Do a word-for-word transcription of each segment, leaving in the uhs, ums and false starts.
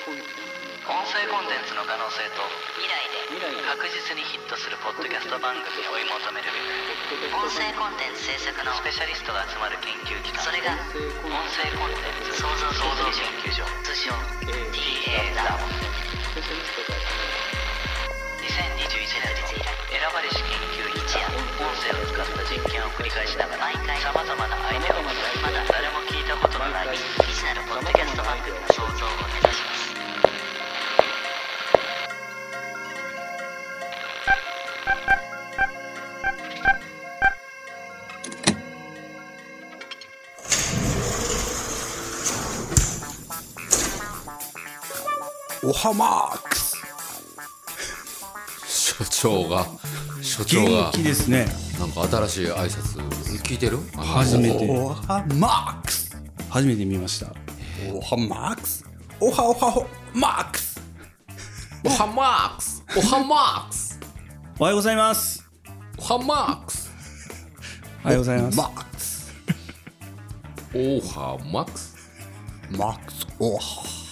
声コンテンツの可能性と未来で確実にヒットするポッドキャスト番組を追い求める音声コンテンツ制作のスペシャリストが集まる研究機関、それが音声コンテンツ創造創造研究所、通称 ティーエー ラボ。にせんにじゅういちねんの選ばれし研究一夜、音声を使った実験を繰り返しながらさまざまなアイデアを持ち、まだ誰も聞いたことのない未知なるポッドキャスト番組の創造を目指します。 おはマークス所長が所長が元気ですね。 なんか新しい挨拶聞いてる？ 初めておはマークス初めて見ました。 おはマークスおはおはほマークスおはマークスおはマークスおはようございます。 おはマークスおはようございます。 マークスおはマークスマークスおは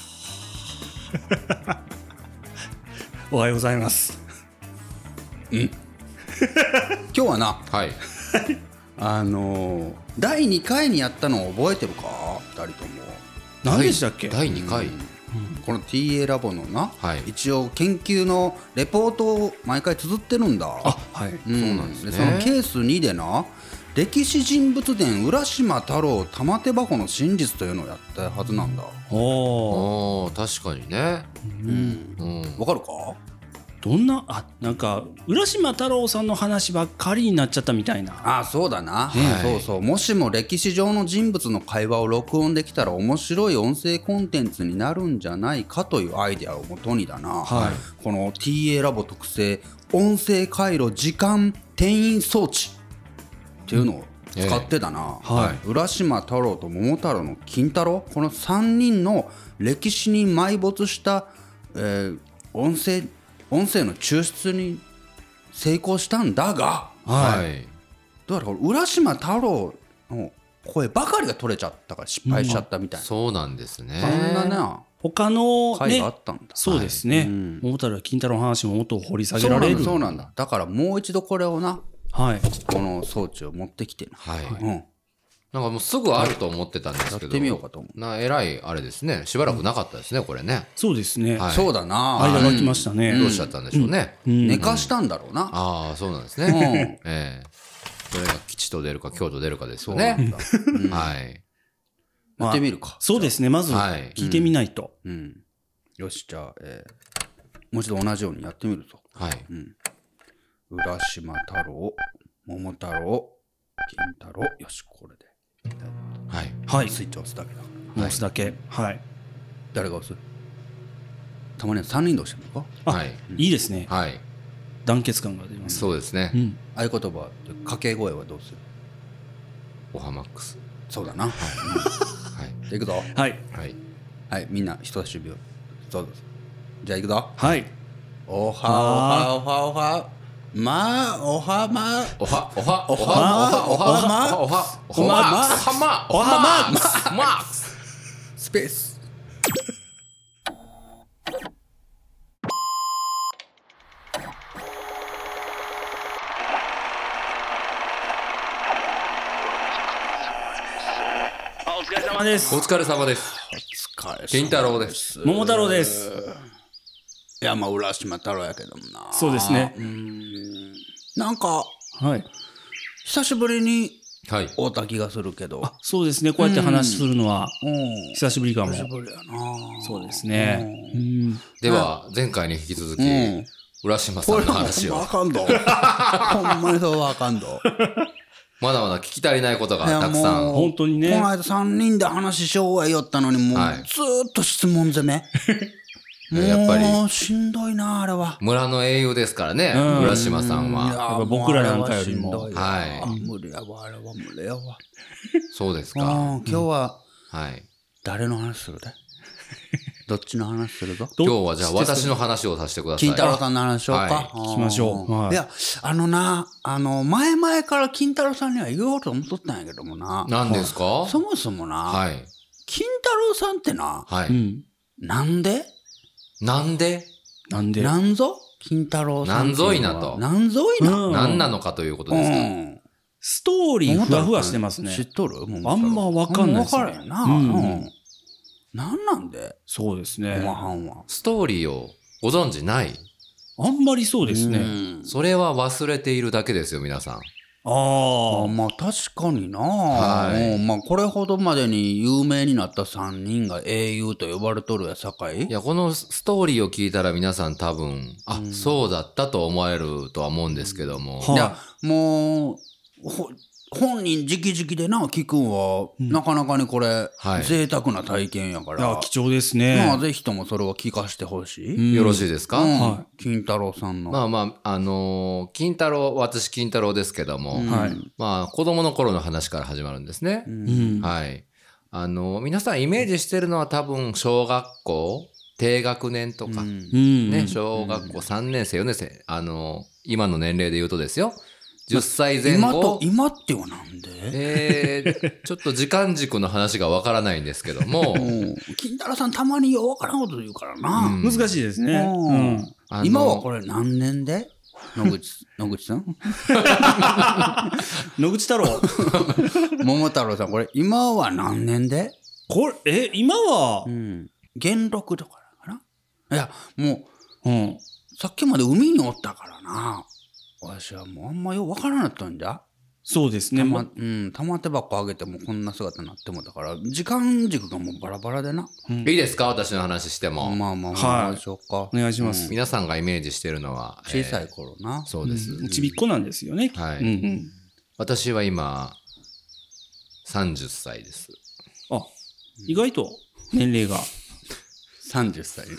おはようございます。 今日はなはいあのー、だいにかいにやったのを覚えてるかふたりとも。 何でしたっけ？ だいにかい、 この ティーエー ラボのな、 はい一応研究のレポートを毎回綴ってるんだ。 あ、はい。 うん、 そうなんですねそのケースにでな、歴史人物伝浦島太郎玉手箱の真実というのをやったはずなんだ。 おお。 おー確かにねうんうんわかるか？ どんな、あ、なんか浦島太郎さんの話ばっかりになっちゃったみたいな。 ああそうだな、 はいそうそう。もしも歴史上の人物の会話を録音できたら面白い音声コンテンツになるんじゃないかというアイデアをもとにだな、 はいこの ティーエー ラボ特製音声回路時間転印装置っていうのを使ってだな、 ええはい浦島太郎と桃太郎の金太郎、このさんにんの歴史に埋没した、えー音声音声の抽出に成功したんだが、 はい、 だから浦島太郎の声ばかりが取れちゃったから失敗しちゃったみたいな、 そうなんですね。 そんなな他の回があね、 ったんだ。 そうですね。 うん桃太郎や金太郎の話ももっと掘り下げそうなんだられる。 そうなんだ。だからもう一度これをな、 はい。 この装置を持ってきてな、 はい、 うん、 なんかもうすぐあると思ってたんですけど、 やってみようかと思う。 なえらいあれですね、しばらくなかったですね、これね。 そうですね。 はいそうだな、 間が空きましたね。 どうしちゃったんでしょうね。 うん寝かしたんだろうな、 ああそうなんですうんね。ええどれが吉と出るか凶と出るかですよね。はいやってみるか。 そうですね。まずはい聞いてみないと。 うん、よし、じゃあ、えーもう一度同じようにやってみるぞ。 はい浦島太郎、桃太郎、金太郎、よし、これではいはい。 スイッチを押すだけだ。 押すだけ。はい。 誰が押す？たまにはさんにんで押してるのか？ あ、 はいいいですね。 はい団結感が出ます。 そうですね。 うん。 合言葉、掛け声はどうする？ おはマックス。 そうだな。 はいじゃあ行くぞ。 はい。 はいはい、みんな人差し指を。どうぞ。じゃあ行くぞ。 はい。 おはおはおはおは。まあ、おはまあ。 おはおはおはおはおはおはおはおはおはおはマックスマックススペース。 あ、お疲れ様ですお。疲れ様です。 疲れ金太郎です。 桃太郎です。 いや、まあ、浦島太郎やけどもな。 そうですね。 なんか、 はい。 久しぶりにはい。 会った気がするけど。 そうですね。こうやって話するのはうん。 久しぶりかも。 久しぶりやな。 そうですね。うん。 では前回に引き続きうん浦島さんこれはの話をほんまあかんど。ほんまにそうはあかんど。 まだまだ聞き足りないことがたくさいやもうん。 本当にねこの間さんにんで話しようやよったのに、もうはいずーっと質問攻め。もうやっぱりしんどいな、あれは。 村の英雄ですからね、 うん浦島さんは。 いややっぱ僕らなんかよりももうあれはしんどいわはい無理やわ、あれは無理やわ。 そうですか。 うん今日ははい。 誰の話するで？どっちの話するぞ。 ど今日はじゃあ私の話をさせてください。 金太郎さんの話しようか。 はい聞きましょうはいいや、あのな、あの、前々から金太郎さんには言おうと思っとったんやけどもな。 何ですか？ そもそもな、 はい。 金太郎さんってな、 はい。 うん。 なんでなんでなんでなんぞ金太郎さんなんぞいなとなんぞいな、 うん何なのかということですか、 うんストーリーふわふわしてますね。 知っとるあんまわかんないですねわからんな、 うんうんなんなんでそうですおまね。 はんはストーリーをご存知ないあんまりそうですね。 うんそれは忘れているだけですよ皆さん。 ああ。 あまあ確かにな、 はいうんまあこれほどまでに有名になったさんにんが英雄と呼ばれとるやさかいいやこのストーリーを聞いたら皆さん多分あ、そうだったと思えるとは思うんですけども、 はいいやもうほ本人直々でな聞くんは、なかなかにこれ、 はい贅沢な体験やから、 いや貴重ですね。 まあぜひともそれを聞かせてほしい、 うんよろしいですか、 うんは金太郎さんの、 まあまああのー金太郎私金太郎ですけども、 はい。 まあ子供の頃の話から始まるんですね、 うん。 はいあのー皆さんイメージしてるのは多分小学校低学年とか、 うんうん。 ね、小学校さんねん生よねん生あのー今の年齢で言うとですよじゅっさいぜん今と後今ってはなんで、 えー、ちょっと時間軸の話がわからないんですけども、 うん金太郎さんたまにようわからんこと言うからな、 うん難しいですね。 ううんん。 あの今はこれ何年で野口野口さん野口太郎。 桃太郎さんこれ今は何年で、 これ、え、今はう、ん、元禄とかかないやもううん。 さっきまで海におったからな。わしはもうあんまようわからなかったんじゃ。 そうですね。 たま、 まうん、玉手箱あげてもこんな姿になってもだから、時間軸がもうバラバラでな。 いいですか私の話しても、 まあまあまあ、 はいどうしようか。 お願いします。 皆さんがイメージしてるのは小さいえー頃な。 そうです、 うんちびっこなんですよね。 はいうんうん。 私は今さんじゅっさいですあ、意外と年齢が。 さんじゅっさい。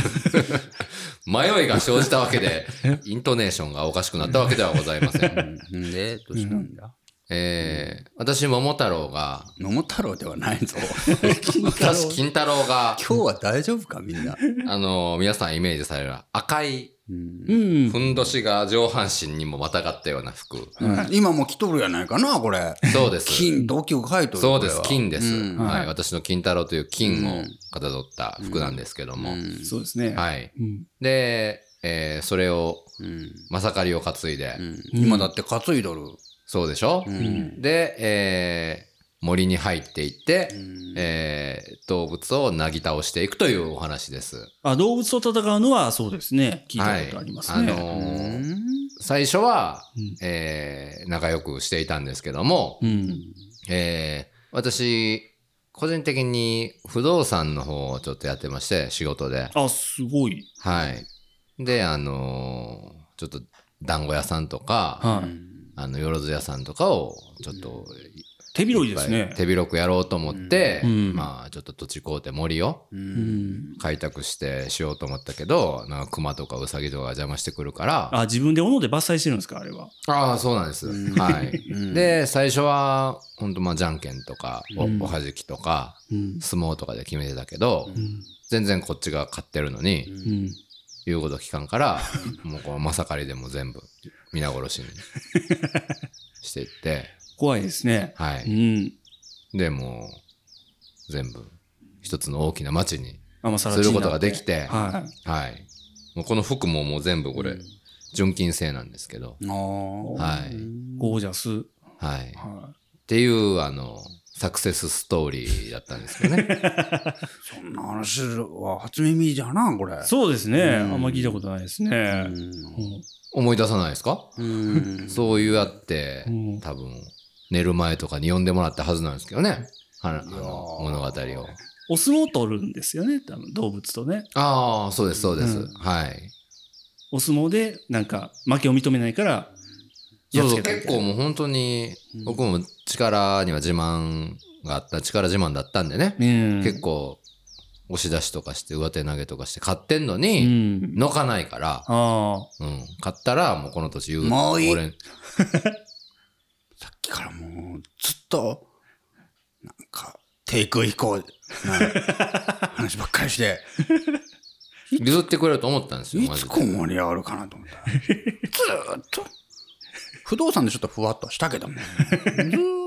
迷いが生じたわけでイントネーションがおかしくなったわけではございません、 んで、どうしたんだ、 えー、私桃太郎が桃太郎ではないぞ。 私金太郎が今日は大丈夫かみんな。 あの皆さんイメージされる赤いうんうん。 ふんどしが上半身にもまたがったような服、 今も着とるやないかな、これ。 そうです金、同級書いとるそうですこれは金です、 うんはい、私の金太郎という金をかたどった服なんですけども、 そうですね。 はいうん。 で、えーそれをうんまさかりを担いで、 うん今だって担いどる。 そうでしょ、 んで、えー森に入っていって、 んえー動物をなぎ倒していくというお話です。 あ、動物と戦うのはそうですね。聞いたことありますね。 はいあのー最初は、えー仲良くしていたんですけども、 うん。 えー私個人的に不動産の方をちょっとやってまして仕事で、 あ、すごい。 はい。であのーちょっと団子屋さんとか、 はい。 あのよろず屋さんとかをちょっと手広いですね。 手広くやろうと思って、 うんまあちょっと土地買うて森をうん。 開拓してしようと思ったけど、なんか熊とかウサギとかが邪魔してくるから、 あ、自分で斧で伐採してるんですか、あれは。 ああそうなんです。はい。で最初は本当まあじゃんけんとかお,、おはじきとかうん。 相撲とかで決めてたけど、全然こっちが勝ってるのに、 うん。 言うこと聞かんから、もうこうまさかりでも全部皆殺しにしていって、 怖いですね。 はうい。 ん。 でもう全部一つの大きな町にあ、まあ、さすることができて、 はい。 はい。もうこの服ももう全部これ、純金製なんですけど、 ああ。 はい。 ゴージャス。 はい。っはていう、あの、サクセスストーリーだったんですけどね。 そんな話は初耳じゃな、これ。 い。そうですね。あんま聞いたことないですね。うん思い出さないですか、 うん。 そういうやって、 うん多分、寝る前とかに読んでもらったはずなんですけどね。はあの物語を。 お相撲を取るんですよね。多分動物とね。 ああ、そうです、そうです。 うんはい。 お相撲で、なんか、負けを認めないから、やそうそう、 っつけたみたいな結構もう本当に、僕も力には自慢があった、力自慢だったんでね。 うん。 結構、押し出しとかして、上手投げとかして勝ってんのうに、 ん。 のかないから、 ああ。 うん。勝ったら、もうこの年言う。 もういい俺さっきからもうずっと、なんか、テイク飛行な話ばっかりして、 譲ってくれると思ったんですよ、 いマジで。 つこう盛り上がるかなと思ったら。ずーっと。不動産でちょっとふわっとしたけども、ずーっ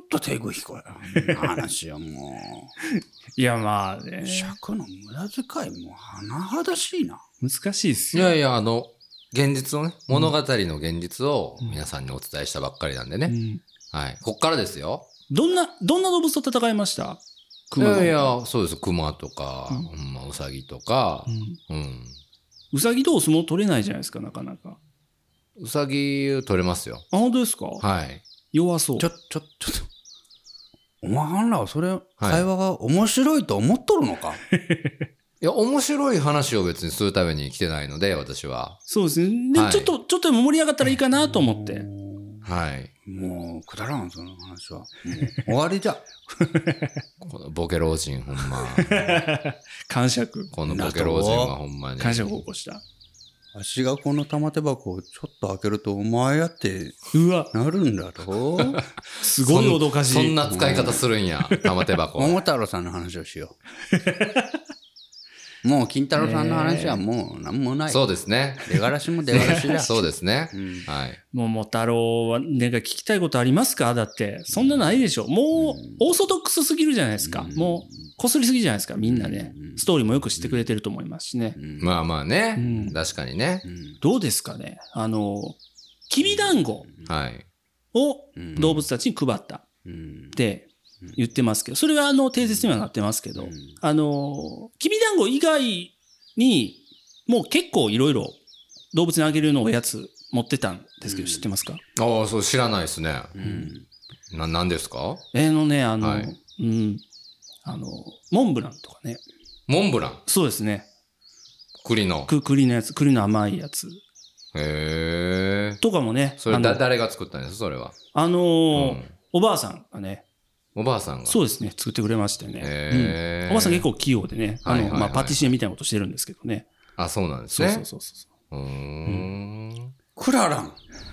と手ぐ引こうよ話はもいやまあねう尺の無駄遣いも甚だしいな。 難しいっすよ。 いやいや、あの、現実をね、物語の現実を皆さんにお伝えしたばっかりなんでね。 うん、 はい。こっからですよ。 どんなどんな動物と戦いました？ い熊のやいや、そうです。熊とか、 うんほんま、ウサギとか、 うんうん。 うさぎとお相撲取れないじゃないですか、なかなか。 ウサギ取れますよ。 あ、本当ですか？ はい。 弱そう。 ちょ、ちょ、ちょっと。お前はんらはそれ、会話が面白いと思っとるのか、 いや、面白い話を別にするために来てないので、私は。 そうですね。で、 はいちょっと、ちょっとでも盛り上がったらいいかなと思って。 はい。 もう、くだらん、その話は。もう終わりじゃ。 このボケ老人、ほんま。 感触。 このボケ老人はほんまに。 感触を起こした。 わしがこの玉手箱をちょっと開けると、お前やってうわ、 なるんだろすごい脅かしい。 そんそんな使い方するんや、玉手箱。 桃太郎さんの話をしよう。もう金太郎さんの話はもう何もない。 そうですね。 出がらしも出がらしだ。 そうですね。 うんはい。 桃太郎は、なんか聞きたいことありますか？だって、そんなないでしょ。もう、オーソドックスすぎるじゃないですか。もう、こすりすぎじゃないですか、みんなね。ストーリーもよく知ってくれてると思いますしね。 まあまあね。 うん確かにね。 どうですかね。あの、きびだんごはい。 を動物たちに配ったっうんて言ってますけど、それはあの、定説にはなってますけど、あの、きびだんご以外に、もう結構いろいろ動物にあげるのおやつ持ってたんですけど、知ってますか？ ああ、そう、知らないですね。 うんな、なんですか？ えーのね、あの、 はいうん、あの、モンブランとかね。 モンブラン。 そうですね。 栗の。 く栗のやつ、栗の甘いやつへえ。 とかもね、 それだ、 あの、 誰が作ったんですそれは。 あのーうんおばあさんがね、 おばあさんが。 そうですね、作ってくれましてね。 へーうんおばあさん結構器用でね、あの、 はいはいはいまあ、パティシエみたいなことしてるんですけどね。 あ、そうなんですそうね。 そうそうそう。 うーん。 くだらん。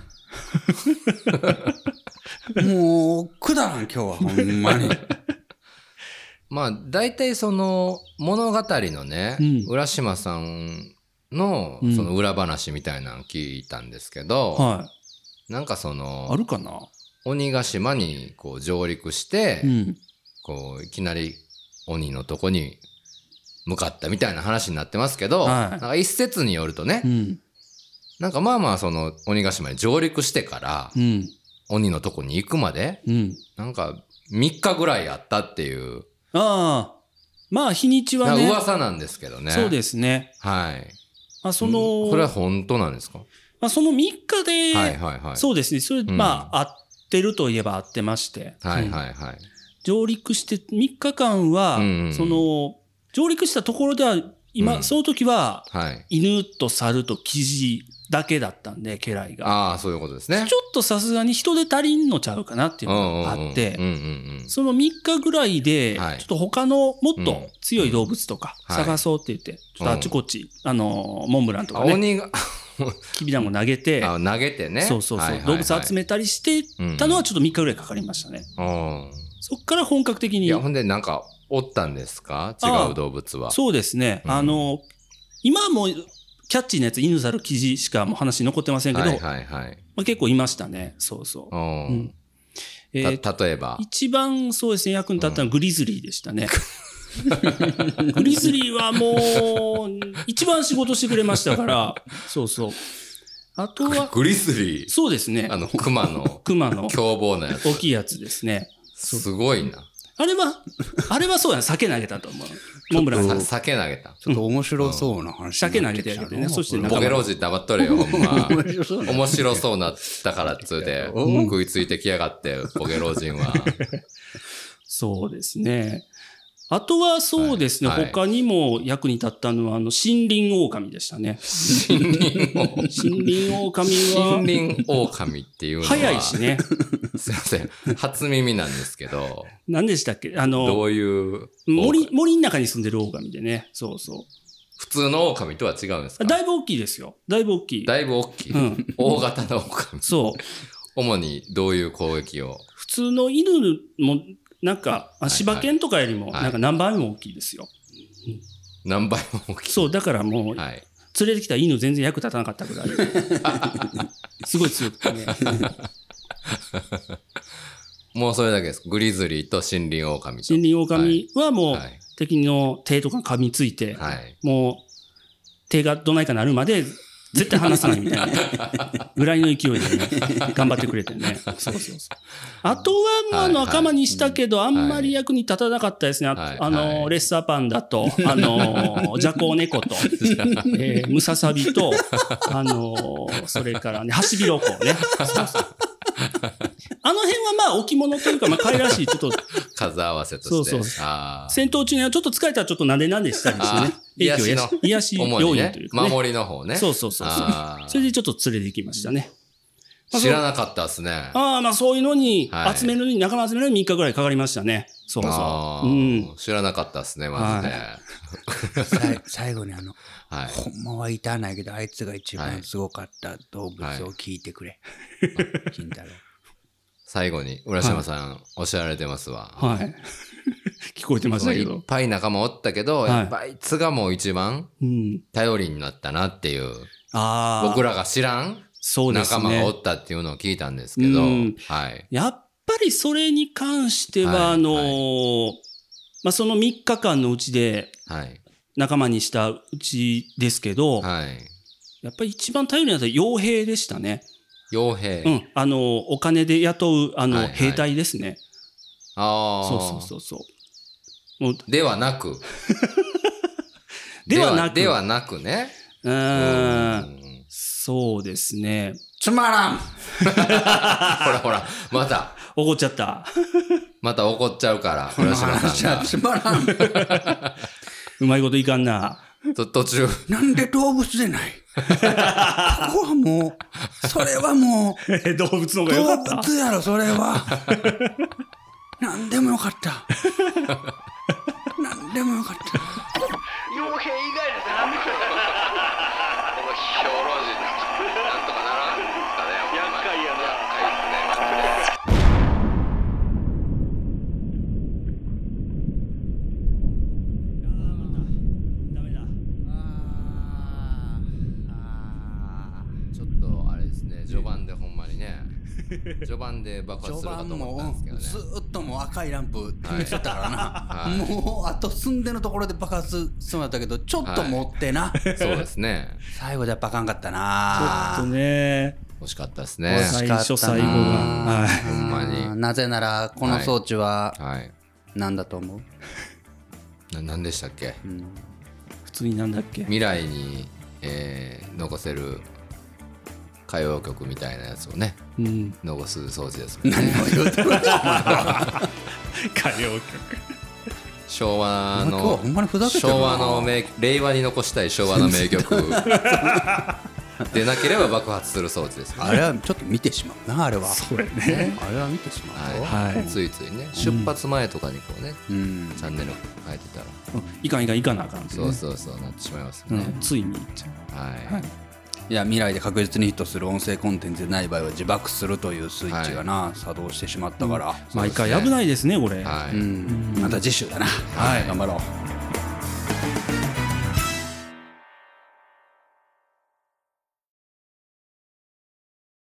もう、くだらん、今日はほんまに。 まあ、大体その物語のね、 うん浦島さんのうんその裏話みたいなの聞いたんですけど、 はい。 なんかそあのるかな？ 鬼ヶ島にこう上陸して、 うん。 こういきなり鬼のとこに向かったみたいな話になってますけど、 はいなんか一説によるとね、 うん。 なんかまあまあその鬼ヶ島に上陸してからうん。 鬼のとこに行くまでうん。 なんかみっかぐらいあったっていう、 ああ。まあ、日にちはなんかね。 噂なんですけどね。 そうですね。 はい。 まあ、そうんの、 これは本当なんですか？ まあ、そのみっかで、 はいはいはい。 そうですね。それ、 んまあ、合ってるといえば合ってまして。 はいうんはいはい。 上陸してみっかかんは、 うんうんうんその、上陸したところでは、今、 うんその時は、 はい。 犬と猿とキジだけだったんで、家来が。 ああ、そういうことですね。 ちょっとさすがに人で足りんのちゃうかなっていうのがあってうん、うんうんうん。 そのみっかぐらいで、 はいちょっと他のもっと強い動物とかうんはい探そうって言って、ちょっとあっちこっち、あの、モンブランとあかね、 鬼がきびだんご投げて、 あ投げてね。 そうそうそう、 はいはいはい動物集めたりしてたのはちょっとみっかぐらいかかりましたね。 うん。 そっから本格的にいや、、ほんでなんか、おったんですか違ああう動物は。 そうですね、 うんあの、今はもう、キャッチーなやつ、犬猿キジしかもう話残ってませんけど、 はいはいはい。 まあ、結構いましたね。そうそうう。うんん。 えーた、例えば。 一番そうですね、役に立ったのはグリズリーでしたね。グリズリーはもう、一番仕事してくれましたから、そうそう。あとは、 グリズリー。 そうですねあ。の、熊の熊の凶暴なやつ。 大きいやつですね。 すごいな。 あれは、あれはそうやな、酒投げたと思う。モンブランさん。 さ酒投げた。 ちょっと面白そうな話酒投げてあげてねそしてなんかボケ老人黙っとれよ、ほんま。 面白そうな面白そうなったからっつうて、 うん食いついてきやがって、ボケ老人は。 そうですね。あとはそうですね、 はいはい他にも役に立ったのは、あの、森林狼でしたね。 森林狼。 森林狼は、 森林狼っていうのは。 早いしね。 すいません。初耳なんですけど、 何でしたっけあどの、 ういう森、森の中に住んでる狼でね。そうそ普通の狼とは違うんですか？ う。だいぶ大きいですよ。だいぶ大きい。 だいぶ大きい。 うん大型の狼。 そう。 主にどういう攻撃を？ 普通の犬も、なんか、あい柴犬とかよりも、 はいなんか何倍も大きいですよ。 何倍も大きい。 そう、だからもう、 はい。 連れてきた犬全然役立たなかったぐらい。すごい強くてね。 もうそれだけです。グリズリーと森林狼と。 森林狼はもう、 はい、 敵の手とか噛みついて、 はい、 もう手がどないかなるまで絶対離さないみたいなぐらいの勢いでね、頑張ってくれてね。そうそうそう。あとは、まあ、仲間にしたけど、あんまり役に立たなかったですね。あ, あの、レッサーパンダと、あの、ジャコウネコと、えー、ムササビと、あの、それからね、ハシビロコウね。そうそう。あの辺はまあ置物というか、まあ可愛らしい、ちょっと。 数合わせとして。 そうそうそう。 あ戦闘中にはちょっと疲れたらちょっとなでなでしたりしてね。 癒しの。 癒し要因というか、ね。 守りの方ね。 そうそうそうそう。それでちょっと連れて行きましたね。 まあ、知らなかったですね。 ああ、まあそういうのに集めるのに、はい、仲間集めるのにみっかぐらいかかりましたね。そうそう。うん、 知らなかったですね、マジで。 はい、最後にあの、はい、ほんまは言いたないけど、あいつが一番すごかった動物を聞いてくれ。金太郎。 最後に、浦島さん、はい、おっしゃられてますわ。 はい。聞こえてましたけど。 いっぱい仲間おったけど、はい、やっぱあいつがもう一番頼りになったなっていう。あ僕らが知らん仲間がおったっていうのを聞いたんですけど、はい。 やっぱりそれに関しては、はい、あのーはい、まあ、そのみっかかんのうちで、仲間にしたうちですけど、はい、やっぱり一番頼りになった傭兵でしたね。 傭兵。 うん。あの、お金で雇う、あの、はいはい、兵隊ですね。 ああ。 そうそうそうそう。もうではなく。 ではなく。 ではなくね。 うーん。そうですね。 つまらんほらほら、また。 怒っちゃった。 また怒っちゃうから、浦島さんが。 つまらん。 うまいこといかんな。 と途中。 なんで動物でないここはもう、それはもう。動物の方がよかった。 動物やろ、それは。なんでもよかった。なんでもよかった。 傭兵以外でなんでこれ。この兵糧人、なんとかならんですかね。厄介やな。厄介ですね。 序盤でほんまにね序盤で爆発するかと思ったんですけどね。 ずーっともう赤いランプ点滅しとったからな、はい、もうあと寸出のところで爆発しそうだったけどちょっと持ってな、 はい、そうですね。 最後でやっぱあかんかったな。 ちょっとね惜しかったですね。 最初最後が、 はい、ほんまに。 なぜならこの装置は何だと思う、 はい、な何でしたっけ、うん、 普通になんだっけ未来に、えー、残せる歌謡曲みたいなやつをね、うん、残す装置ですもんね。 何を言うてるの歌謡曲昭和の昭和の名令和に残したい昭和の名曲でなければ爆発する装置ですよね。 あれはちょっと見てしまうな。あれはそうやね。 あれは見てしまう、 はいはい、ついついね出発前とかにこうね、うん、チャンネル変えてたら、 うん、いかんいかんいかなあかん、ね、 そうそうそうなってしまいますよね、 うん、ついにはい、はい。 いや未来で確実にヒットする音声コンテンツでない場合は自爆するというスイッチがな、はい、作動してしまったから、うん、 毎回危ないですねこれ、 はい、 うん、また次週だな、 はい、 頑張ろう。